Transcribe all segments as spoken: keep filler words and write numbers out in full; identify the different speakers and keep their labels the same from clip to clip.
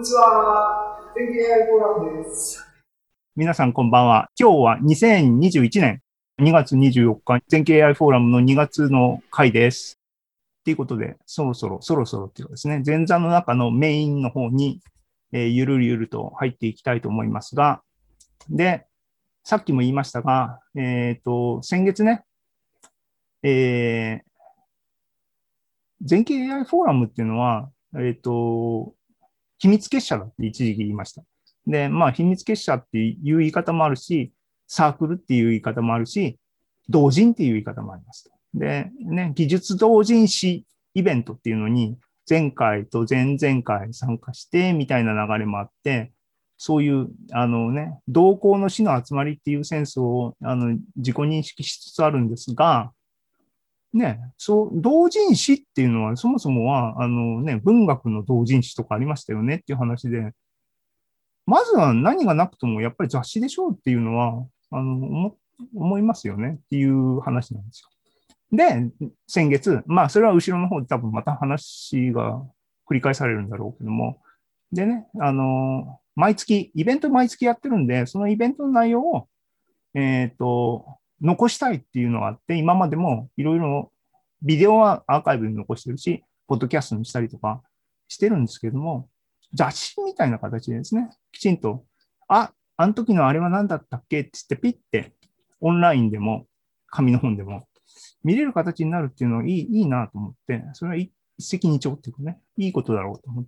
Speaker 1: にちは。全景 エーアイ フォーラムです。
Speaker 2: 皆さんこんばんは。今日はにせんにじゅういちねんにがつにじゅうよっか、全景 エーアイ フォーラムのにがつの回です。ということで、そろそろ、そろそろっていうかですね、前座の中のメインの方に、えー、ゆるゆると入っていきたいと思いますが、で、さっきも言いましたが、えっと、先月ね、えー、全景 エーアイ フォーラムっていうのは、えっと、秘密結社だって一時期言いました。で、まあ、秘密結社っていう言い方もあるし、サークルっていう言い方もあるし、同人っていう言い方もあります。で、ね、技術同人誌イベントっていうのに、前回と前々回参加してみたいな流れもあって、そういう、あのね、同行の死の集まりっていうセンスを、あの、自己認識しつつあるんですが、ね、そう、同人誌っていうのは、そもそもは、あのね、文学の同人誌とかありましたよねっていう話で、まずは何がなくともやっぱり雑誌でしょうっていうのは、あの、思思いますよねっていう話なんですよ。で、先月、まあ、それは後ろの方で多分また話が繰り返されるんだろうけども、でね、あの、毎月、イベント毎月やってるんで、そのイベントの内容を、えっと、残したいっていうのがあって、今までもいろいろビデオはアーカイブに残してるし、ポッドキャストにしたりとかしてるんですけども、雑誌みたいな形でですね、きちんと、あ、あの時のあれは何だったっけって言ってピッて、オンラインでも、紙の本でも、見れる形になるっていうのはいいいいなと思って、それは一石二鳥っていうかね、いいことだろうと思って、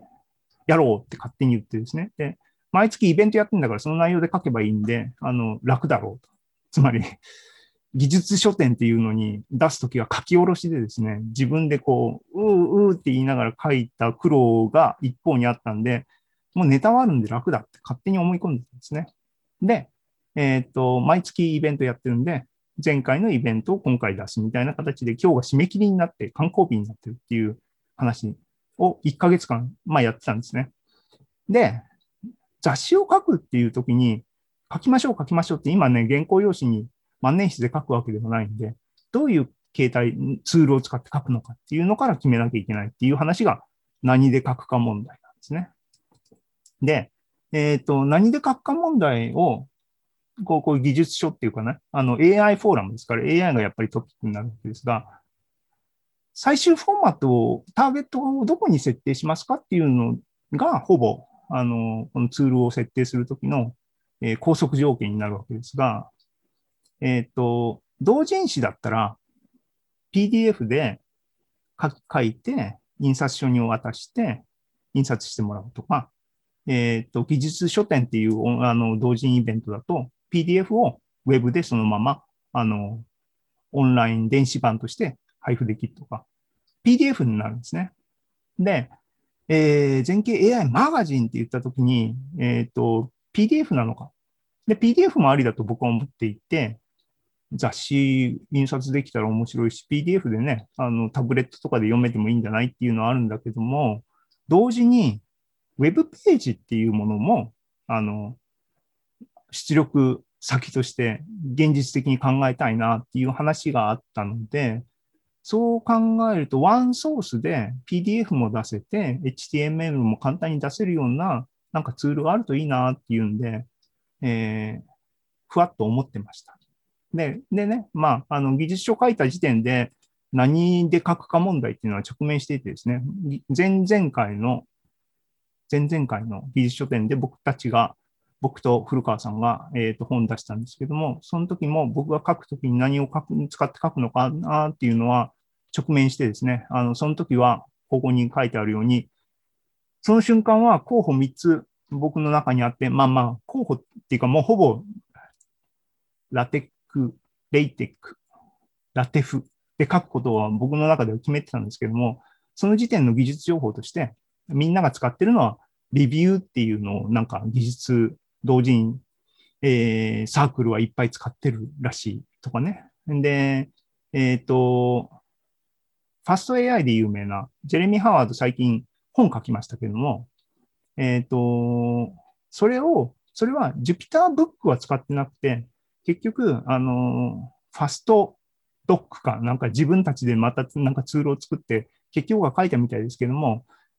Speaker 2: やろうって勝手に言ってですね。で、毎月イベントやってんだから、その内容で書けばいいんで、あの、楽だろうと。つまり、技術書店っていうのに出すときは書き下ろしでですね、自分でこう、うーうーって言いながら書いた苦労が一方にあったんで、もうネタはあるんで楽だって勝手に思い込んでたんですね。で、えーっと、毎月イベントやってるんで、前回のイベントを今回出すみたいな形で、今日が締め切りになって観光日になってるっていう話をいっかげつかん、まあやってたんですね。で、雑誌を書くっていう時に、書きましょう書きましょうって今ね、原稿用紙に万年筆で書くわけでもないんで、どういう携帯、ツールを使って書くのかっていうのから決めなきゃいけないっていう話が何で書くか問題なんですね。で、えっ、と、何で書くか問題を、こう、こういう技術書っていうかね、あの エーアイ フォーラムですから エーアイ がやっぱりトピックになるわけですが、最終フォーマットを、ターゲットをどこに設定しますかっていうのが、ほぼ、あの、このツールを設定するときの、えー、拘束条件になるわけですが、えっ、と、同人誌だったら、ピーディーエフ で書いて、印刷所に渡して、印刷してもらうとか、えっ、と、技術書店っていうあの同人イベントだと、ピーディーエフ をウェブでそのまま、あの、オンライン電子版として配布できるとか、ピーディーエフ になるんですね。で、えー、全景 エーアイ マガジンって言ったときに、えっ、と、ピーディーエフ なのか。で、ピーディーエフ もありだと僕は思っていて、雑誌印刷できたら面白いし、ピーディーエフ でね、あの、タブレットとかで読めてもいいんじゃないっていうのはあるんだけども、同時に、ウェブページっていうものも、あの、出力先として現実的に考えたいなっていう話があったので、そう考えると、ワンソースで ピーディーエフ も出せて、エイチティーエムエル も簡単に出せるような、なんかツールがあるといいなっていうんで、えー、ふわっと思ってました。で、でね、まあ、あの、技術書書いた時点で、何で書くか問題っていうのは直面していてですね、前々回の、前々回の技術書店で僕たちが、僕と古川さんが、えー、と本出したんですけども、その時も僕が書くときに何を書く使って書くのかなっていうのは直面してですね、あの、その時はここに書いてあるように、その瞬間は候補みっつ僕の中にあって、まあまあ、候補っていうかもうほぼラテック、レイテック、ラテフで書くことは僕の中では決めてたんですけども、その時点の技術情報として、みんなが使ってるのは、レビューっていうのをなんか技術同人、えー、サークルはいっぱい使ってるらしいとかね。で、えっ、ー、と、ファスト エーアイ で有名なジェレミー・ハワード最近本書きましたけども、えっ、ー、と、それを、それは Jupyter ブックは使ってなくて、結局、あの、ファストドックか、なんか自分たちでまたなんかツールを作って、結局は書いたみたいですけども、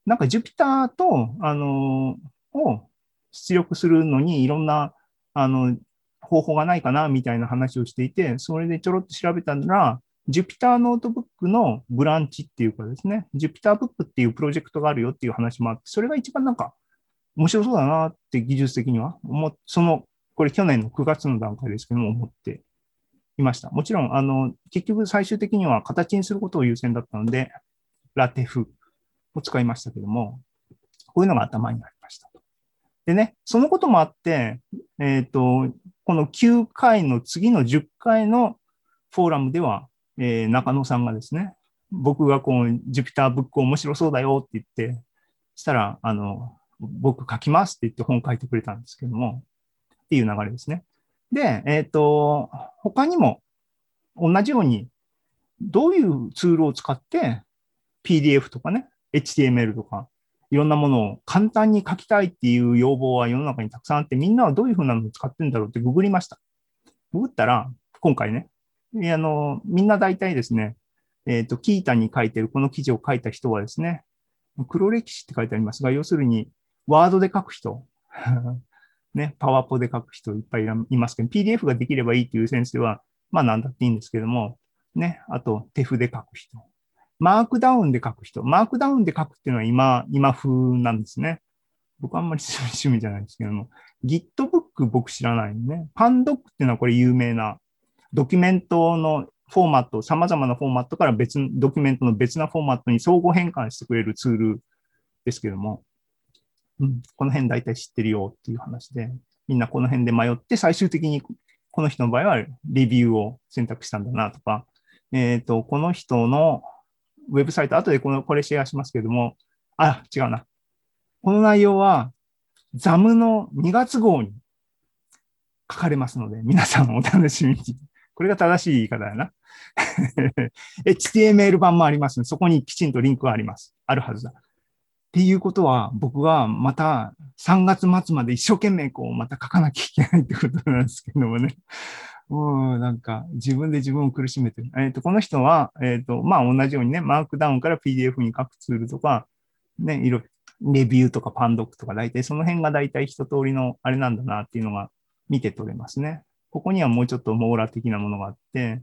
Speaker 2: なんか Jupyter と、あの、を出力するのにいろんな、あの、方法がないかな、みたいな話をしていて、それでちょろっと調べたら、Jupyter ノートブックのブランチっていうかですね、Jupyter ブックっていうプロジェクトがあるよっていう話もあって、それが一番なんか面白そうだなって技術的には思っ、その、これ去年のくがつの段階ですけども思っていました。もちろん、あの、結局最終的には形にすることを優先だったので、ラテフを使いましたけども、こういうのが頭にありました。でね、そのこともあって、えっ、と、このきゅうかいの次のじゅっかいのフォーラムでは、えー中野さんがですね、僕がこう、Jupyter ブック面白そうだよって言って、したら、あの、僕書きますって言って本書いてくれたんですけども、っていう流れですね。で、えっ、と、他にも同じように、どういうツールを使って ピーディーエフ とかね、エイチティーエムエル とか、いろんなものを簡単に書きたいっていう要望は世の中にたくさんあって、みんなはどういうふうなのを使ってるんだろうってググりました。ググったら、今回ね、あの、みんな大体ですね、えっ、と、キータに書いてるこの記事を書いた人はですね、黒歴史って書いてありますが、要するに、ワードで書く人、ね、パワポで書く人いっぱいいますけど、ピーディーエフ ができればいいっていう先生は、まあなんだっていいんですけども、ね、あと手筆で書く人、マークダウンで書く人、マークダウンで書くっていうのは今、今風なんですね。僕はあんまり趣味じゃないんですけども、Gitbook 僕知らないね。パンドックっていうのはこれ有名なドキュメントのフォーマット、様々なフォーマットから別、ドキュメントの別なフォーマットに相互変換してくれるツールですけども、うん、この辺大体知ってるよっていう話で、みんなこの辺で迷って最終的にこの人の場合はレビューを選択したんだなとか、えっ、と、この人のウェブサイト、後でこのこれシェアしますけども、あ、違うな。この内容はザムのにがつ号に書かれますので、皆さんお楽しみに。これが正しい言い方だな。エイチティーエムエル 版もありますので、そこにきちんとリンクがあります。あるはずだ。っていうことは、僕はまたさんがつ末まで一生懸命こう、また書かなきゃいけないってことなんですけどもね。もうなんか自分で自分を苦しめてる。えっ、と、この人は、えっ、と、まあ同じようにね、マークダウンから ピーディーエフ に書くツールとか、ね、いろいろ、レビューとかパンドックとか、大体その辺が大体一通りのあれなんだなっていうのが見て取れますね。ここにはもうちょっと網羅的なものがあって、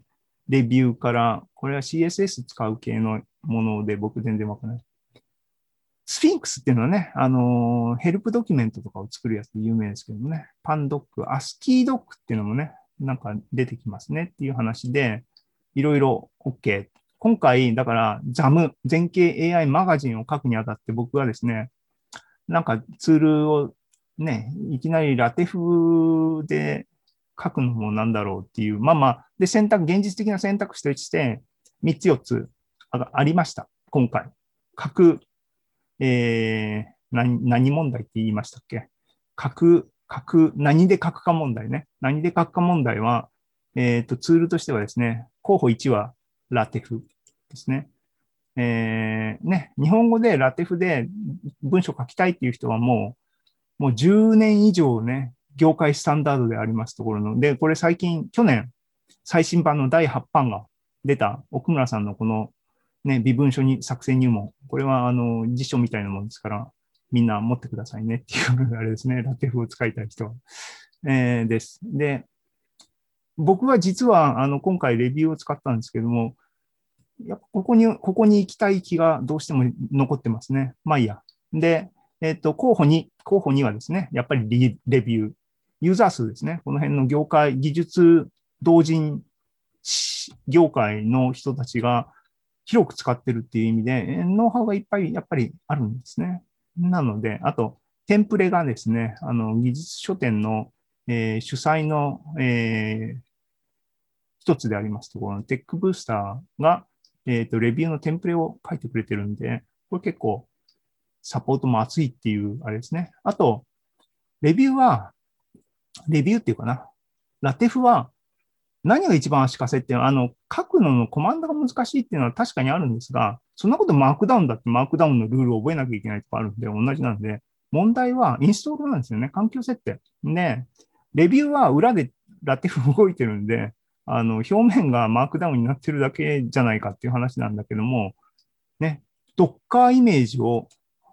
Speaker 2: レビューから、これは シーエスエス 使う系のもので僕全然わからない。スフィンクスっていうのはね、あのーヘルプドキュメントとかを作るやつで有名ですけどもね、パンドック、アスキードックっていうのもね、なんか出てきますねっていう話で、いろいろ OK。今回、だから、ザム、全景 エーアイ マガジンを書くにあたって僕はですね、なんかツールをね、いきなりラテフで書くのもなんだろうっていう、まあまあ、で、選択、現実的な選択肢としてみっつよっつあありました。今回。書く、えー、何、何問題って言いましたっけ？書く、書く、何で書くか問題ね。何で書くか問題は、えっと、ツールとしてはですね、候補いちはラテフですね。えー、ね、日本語でラテフで文章書きたいっていう人はもう、もうじゅうねん以上ね、業界スタンダードでありますところの。で、これ最近、去年、最新版のだいはち版が出た奥村さんのこのね、微文書に作成入門。これは、あの、辞書みたいなものですから、みんな持ってくださいねっていうあれですね。ラテフを使いたい人は。えー、です。で、僕は実は、あの、今回レビューを使ったんですけども、やっぱここに、ここに行きたい気がどうしても残ってますね。まあいいや。で、えっと、候補に、候補にはですね、やっぱりリレビュー、ユーザー数ですね。この辺の業界、技術同人業界の人たちが広く使ってるっていう意味で、ノウハウがいっぱいやっぱりあるんですね。なので、あと、テンプレがですね、あの、技術書店の、えー主催の、えー一つでありますところのテックブースターが、えっと、レビューのテンプレを書いてくれてるんで、これ結構サポートも熱いっていうあれですね。あと、レビューは、レビューっていうかな。ラテフは何が一番足かせっていうのは、あの、書くののコマンドが難しいっていうのは確かにあるんですが、そんなことマークダウンだってマークダウンのルールを覚えなきゃいけないとかあるんで、同じなんで、問題はインストールなんですよね。環境設定。で、レビューは裏でラテフ動いてるんで、あの、表面がマークダウンになってるだけじゃないかっていう話なんだけども、ね、ドッカーイメージを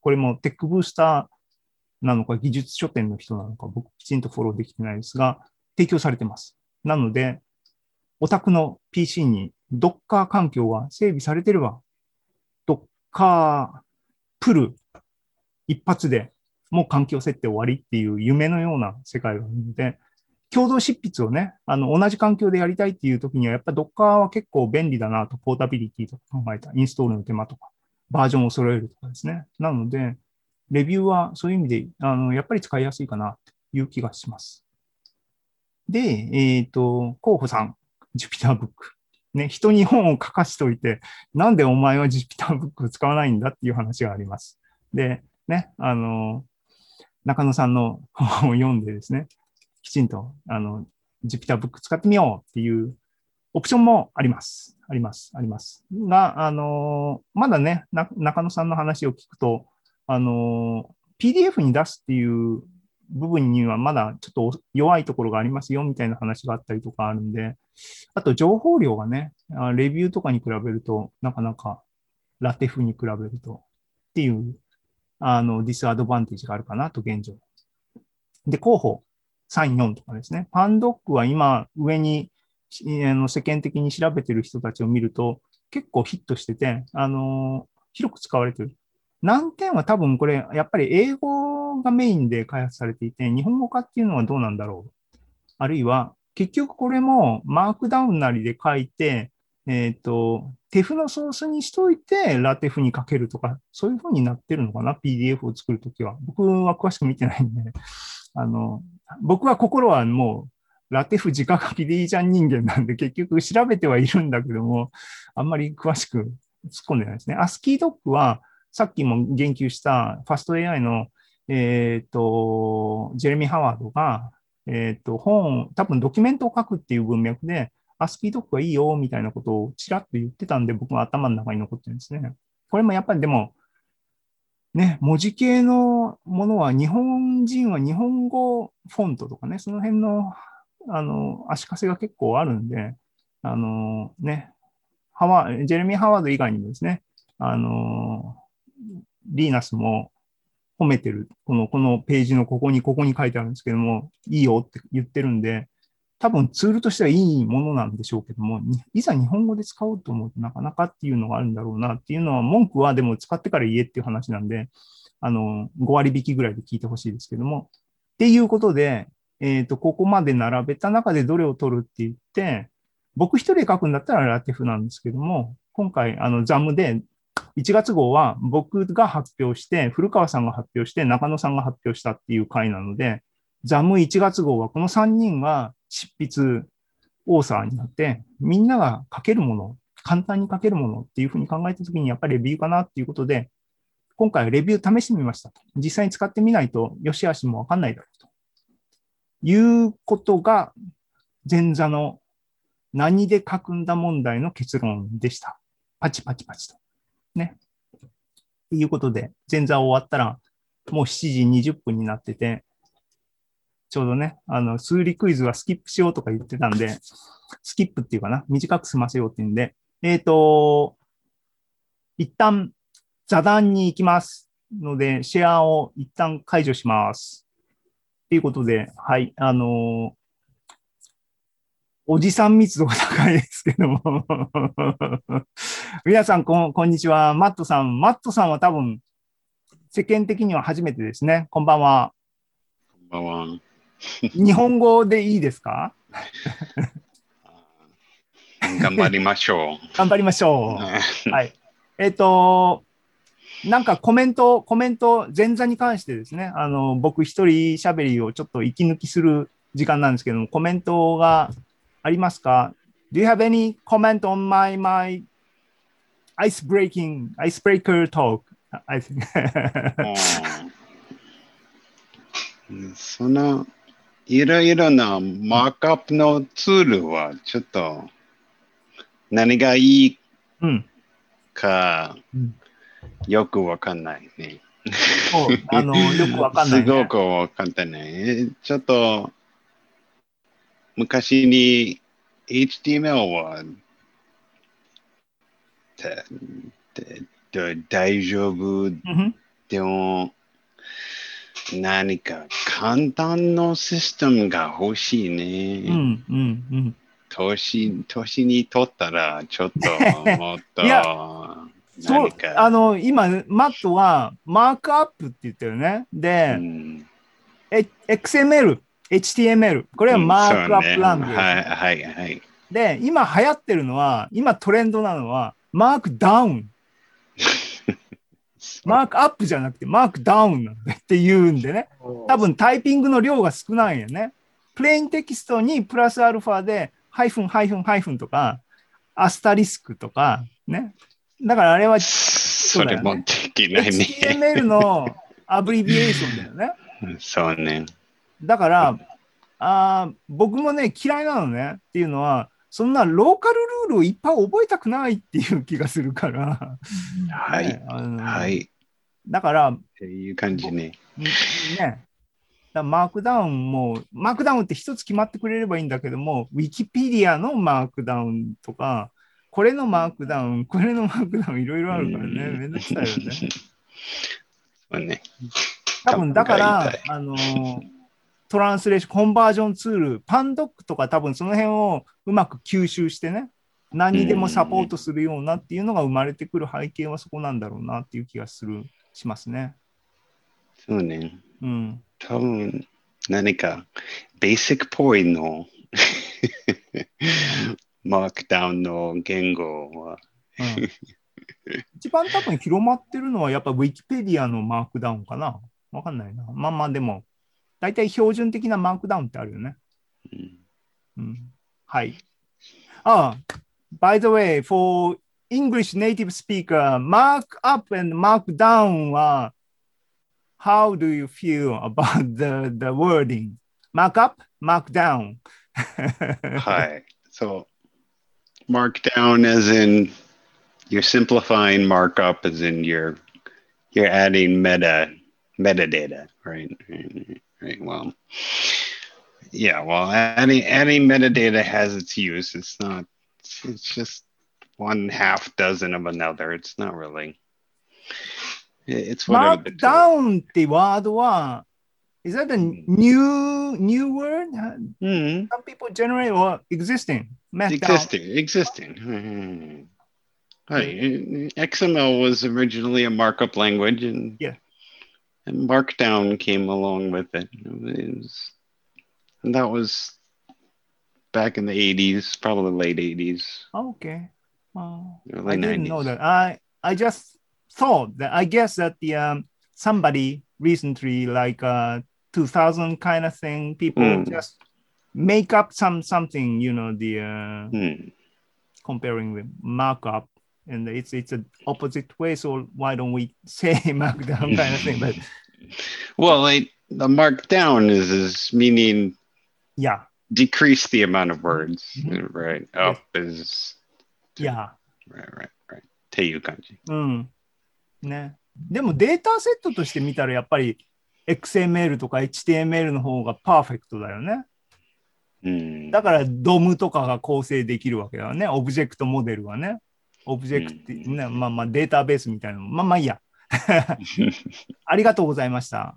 Speaker 2: これもテックブースターなのか技術書店の人なのか僕きちんとフォローできてないですが、提供されてます。なので、お宅の ピーシー に Docker 環境が整備されてれば、Docker プル一発でもう環境設定終わりっていう夢のような世界があるので、共同執筆をね、あの、同じ環境でやりたいっていう時には、やっぱ Docker は結構便利だなと、ポータビリティとか考えた、インストールの手間とか、バージョンを揃えるとかですね。なので、レビューはそういう意味で、あの、やっぱり使いやすいかなという気がします。で、えっと、候補さん、Jupyter Book。ね、人に本を書かしといて、なんでお前は Jupyter Book を使わないんだっていう話があります。で、ね、あの、中野さんの本を読んでですね、きちんと、あの、Jupyter Book 使ってみようっていうオプションもあります。あります。あります。が、あの、まだね、中野さんの話を聞くと、あの、ピーディーエフ に出すっていう部分にはまだちょっと弱いところがありますよみたいな話があったりとかあるんで、あと情報量がね、レビューとかに比べると、なかなかラテフに比べるとっていう、あの、ディスアドバンテージがあるかなと現状。で、候補さん、よんとかですね。パンドックは今上にあの世間的に調べてる人たちを見ると結構ヒットしてて、あのー広く使われてる。難点は多分これ、やっぱり英語がメインで開発されていて、日本語化っていうのはどうなんだろう。あるいは、結局これもマークダウンなりで書いて、えっと、テフのソースにしといて、ラテフに書けるとか、そういう風になってるのかな、ピーディーエフ を作るときは。僕は詳しく見てないんで、あの、僕は心はもう、ラテフ直書きでいいじゃん人間なんで、結局調べてはいるんだけども、あんまり詳しく突っ込んでないですね。アスキードックは、さっきも言及したファスト エーアイ の、えっと、ジェレミー・ハワードが、えっと、本、多分ドキュメントを書くっていう文脈で、アスキードックはいいよ、みたいなことをちらっと言ってたんで、僕の頭の中に残ってるんですね。これもやっぱりでも、ね、文字系のものは日本人は日本語フォントとかね、その辺の、あの、足かせが結構あるんで、あの、ね、ハワジェレミー・ハワード以外にもですね、あの、リーナスも褒めてる、この、このページのここに、ここに書いてあるんですけども、いいよって言ってるんで、多分ツールとしてはいいものなんでしょうけども、いざ日本語で使おうと思うとなかなかっていうのがあるんだろうなっていうのは、文句はでも使ってから言えっていう話なんで、あの、ご割引きぐらいで聞いてほしいですけども。っていうことで、えっと、ここまで並べた中でどれを取るって言って、僕一人で書くんだったらラテフなんですけども、今回、あの、ザムでいちがつ号は僕が発表して、古川さんが発表して、中野さんが発表したっていう回なので、ザムいちがつ号はこのさんにんが執筆オーサーになって、みんなが書けるもの、簡単に書けるものっていうふうに考えたときに、やっぱりレビューかなっていうことで、今回はレビュー試してみましたと。実際に使ってみないと、よしあしもわかんないだろうと。いうことが、前座の何で書くんだ問題の結論でした。パチパチパチと。ね。ということで、前座終わったら、もうしちじにじゅっぷんになってて、ちょうどね、あの、数理クイズはスキップしようとか言ってたんで、スキップっていうかな、短く済ませようっていうんで、えっ、ー、と、一旦座談に行きますので、シェアを一旦解除します。ということで、はい、あのー、おじさん密度が高いですけども皆さんこん、こんにちは。マットさん。マットさんは多分、世間的には初めてですね。こんばんは。
Speaker 3: こんばんは。
Speaker 2: 日本語でいいですか？
Speaker 3: 頑張りましょう。
Speaker 2: 頑張りましょう。はい。えっ、ー、と、なんかコメント、コメント、前座に関してですね、あの、僕一人喋りをちょっと息抜きする時間なんですけども、コメントがありますか？ Do you have any comment on my, my ice breaking, icebreaker talk? I think.
Speaker 3: その、いろいろなマークアップのツールはちょっと何がいいかよくわかんないね。
Speaker 2: そう、あの、よくわかんないね。
Speaker 3: すごくわかんない。ちょっと昔に エイチティーエムエル は大丈夫でも、何か簡単なシステムが欲しいね。
Speaker 2: うんうんうん。
Speaker 3: 年、年にとったら、ちょっともっと
Speaker 2: いや、そう、
Speaker 3: 何か、
Speaker 2: あの、今、マットはマークアップって言ってるね。
Speaker 3: う
Speaker 2: で、
Speaker 3: ん、
Speaker 2: え エックスエムエル、エイチティーエムエル、これは
Speaker 3: うん、
Speaker 2: マークアッ
Speaker 3: そうね。
Speaker 2: プラングエージ。
Speaker 3: はい、はい、はい。
Speaker 2: で、今流行ってるのは、今トレンドなのは、マークダウン。
Speaker 3: そう
Speaker 2: マークアップじゃなくて、マークダウンなんでって言うんでね。多分タイピングの量が少ないんよね。プレインテキストにプラスアルファで、ハイフン、ハイフン、ハイフンとか、アスタリスクとか、ね。だからあれは、そ
Speaker 3: それもで
Speaker 2: うだよね。
Speaker 3: きないね。
Speaker 2: エイチティーエムエル のアブリビエーションだよね。
Speaker 3: そうね。
Speaker 2: だから、あ僕もね、嫌いなのね。っていうのは、そんなローカルルールをいっぱい覚えたくないっていう気がするから。
Speaker 3: はい、
Speaker 2: ね、あの
Speaker 3: はい。っ
Speaker 2: だから、
Speaker 3: ていう感じね。
Speaker 2: ね、だマークダウンも、マークダウンって一つ決まってくれればいいんだけども、ウィキペディアのマークダウンとか、これのマークダウン、これのマークダウン、いろいろ
Speaker 3: う
Speaker 2: あるからね、
Speaker 3: ん。
Speaker 2: めんどくさいよね。
Speaker 3: そうね。
Speaker 2: 多分だ
Speaker 3: 頭
Speaker 2: から、
Speaker 3: が痛い。
Speaker 2: あのトランスレーション、コンバージョンツール、パンドックとか多分その辺をうまく吸収してね、何にでもサポートするようなっていうのが生まれてくる背景はそこなんだろうなっていう気がする、しますね。
Speaker 3: そうね。
Speaker 2: うん。
Speaker 3: 多分、何か、ベーシックっぽいの、マークダウンの言語は、
Speaker 2: うん、一番多分広まってるのはやっぱウィキペディアのマークダウンかな。わかんないな。まあまあでも、大体標準的なマークダウンってあるよね。
Speaker 3: うん、
Speaker 2: うん、はい。ああ、by the way, for English native speaker, markup and markdown は how do you feel about the, the wording? Markup, markdown.
Speaker 3: はい。So, markdown as in you're simplifying markup as in you're you're adding meta metadata, right? Right. Right. Well, yeah. Well, adding adding metadata has its use. It's not. It's just one half dozen of another. It's not really. It's whatever the tool.
Speaker 2: markdown ってワードは is that a new new word?
Speaker 3: Mm-hmm.
Speaker 2: Some people generate or existing. Markdown.
Speaker 3: Existing, existing. Mm-hmm. Hi, X M L was originally a markup language, and,
Speaker 2: Yeah.
Speaker 3: and Markdown came along with it. It was, and that was back in the eighties, probably late eighties,
Speaker 2: Okay. Uh,
Speaker 3: early
Speaker 2: I didn't know
Speaker 3: nineties.
Speaker 2: that. I I just thought that I guess that the um somebody recently like uh two thousand kind of thing people
Speaker 3: Mm,
Speaker 2: just make up some something, you know, the uh,
Speaker 3: mm.
Speaker 2: comparing with markup, and it's it's an opposite way, so why don't we say markdown kind of thing? But
Speaker 3: Well, I, the Markdown is, is meaning
Speaker 2: yeah.
Speaker 3: decrease the amount of words,
Speaker 2: Mhm.
Speaker 3: right?
Speaker 2: Yes.
Speaker 3: Up is, to,
Speaker 2: Yeah.
Speaker 3: right, right, right. っていう感じ。
Speaker 2: うん。ね。でもデータセットとして見たらやっぱり エックスエムエル とか エイチティーエムエル の方がパーフェクトだよね。
Speaker 3: うん。
Speaker 2: だから ドーム とかが構成できるわけだよね。オブジェクトモデルはね。オブジェクト、ね、まあまあデータベースみたいなの。まあまあいいや。ありがとうございました。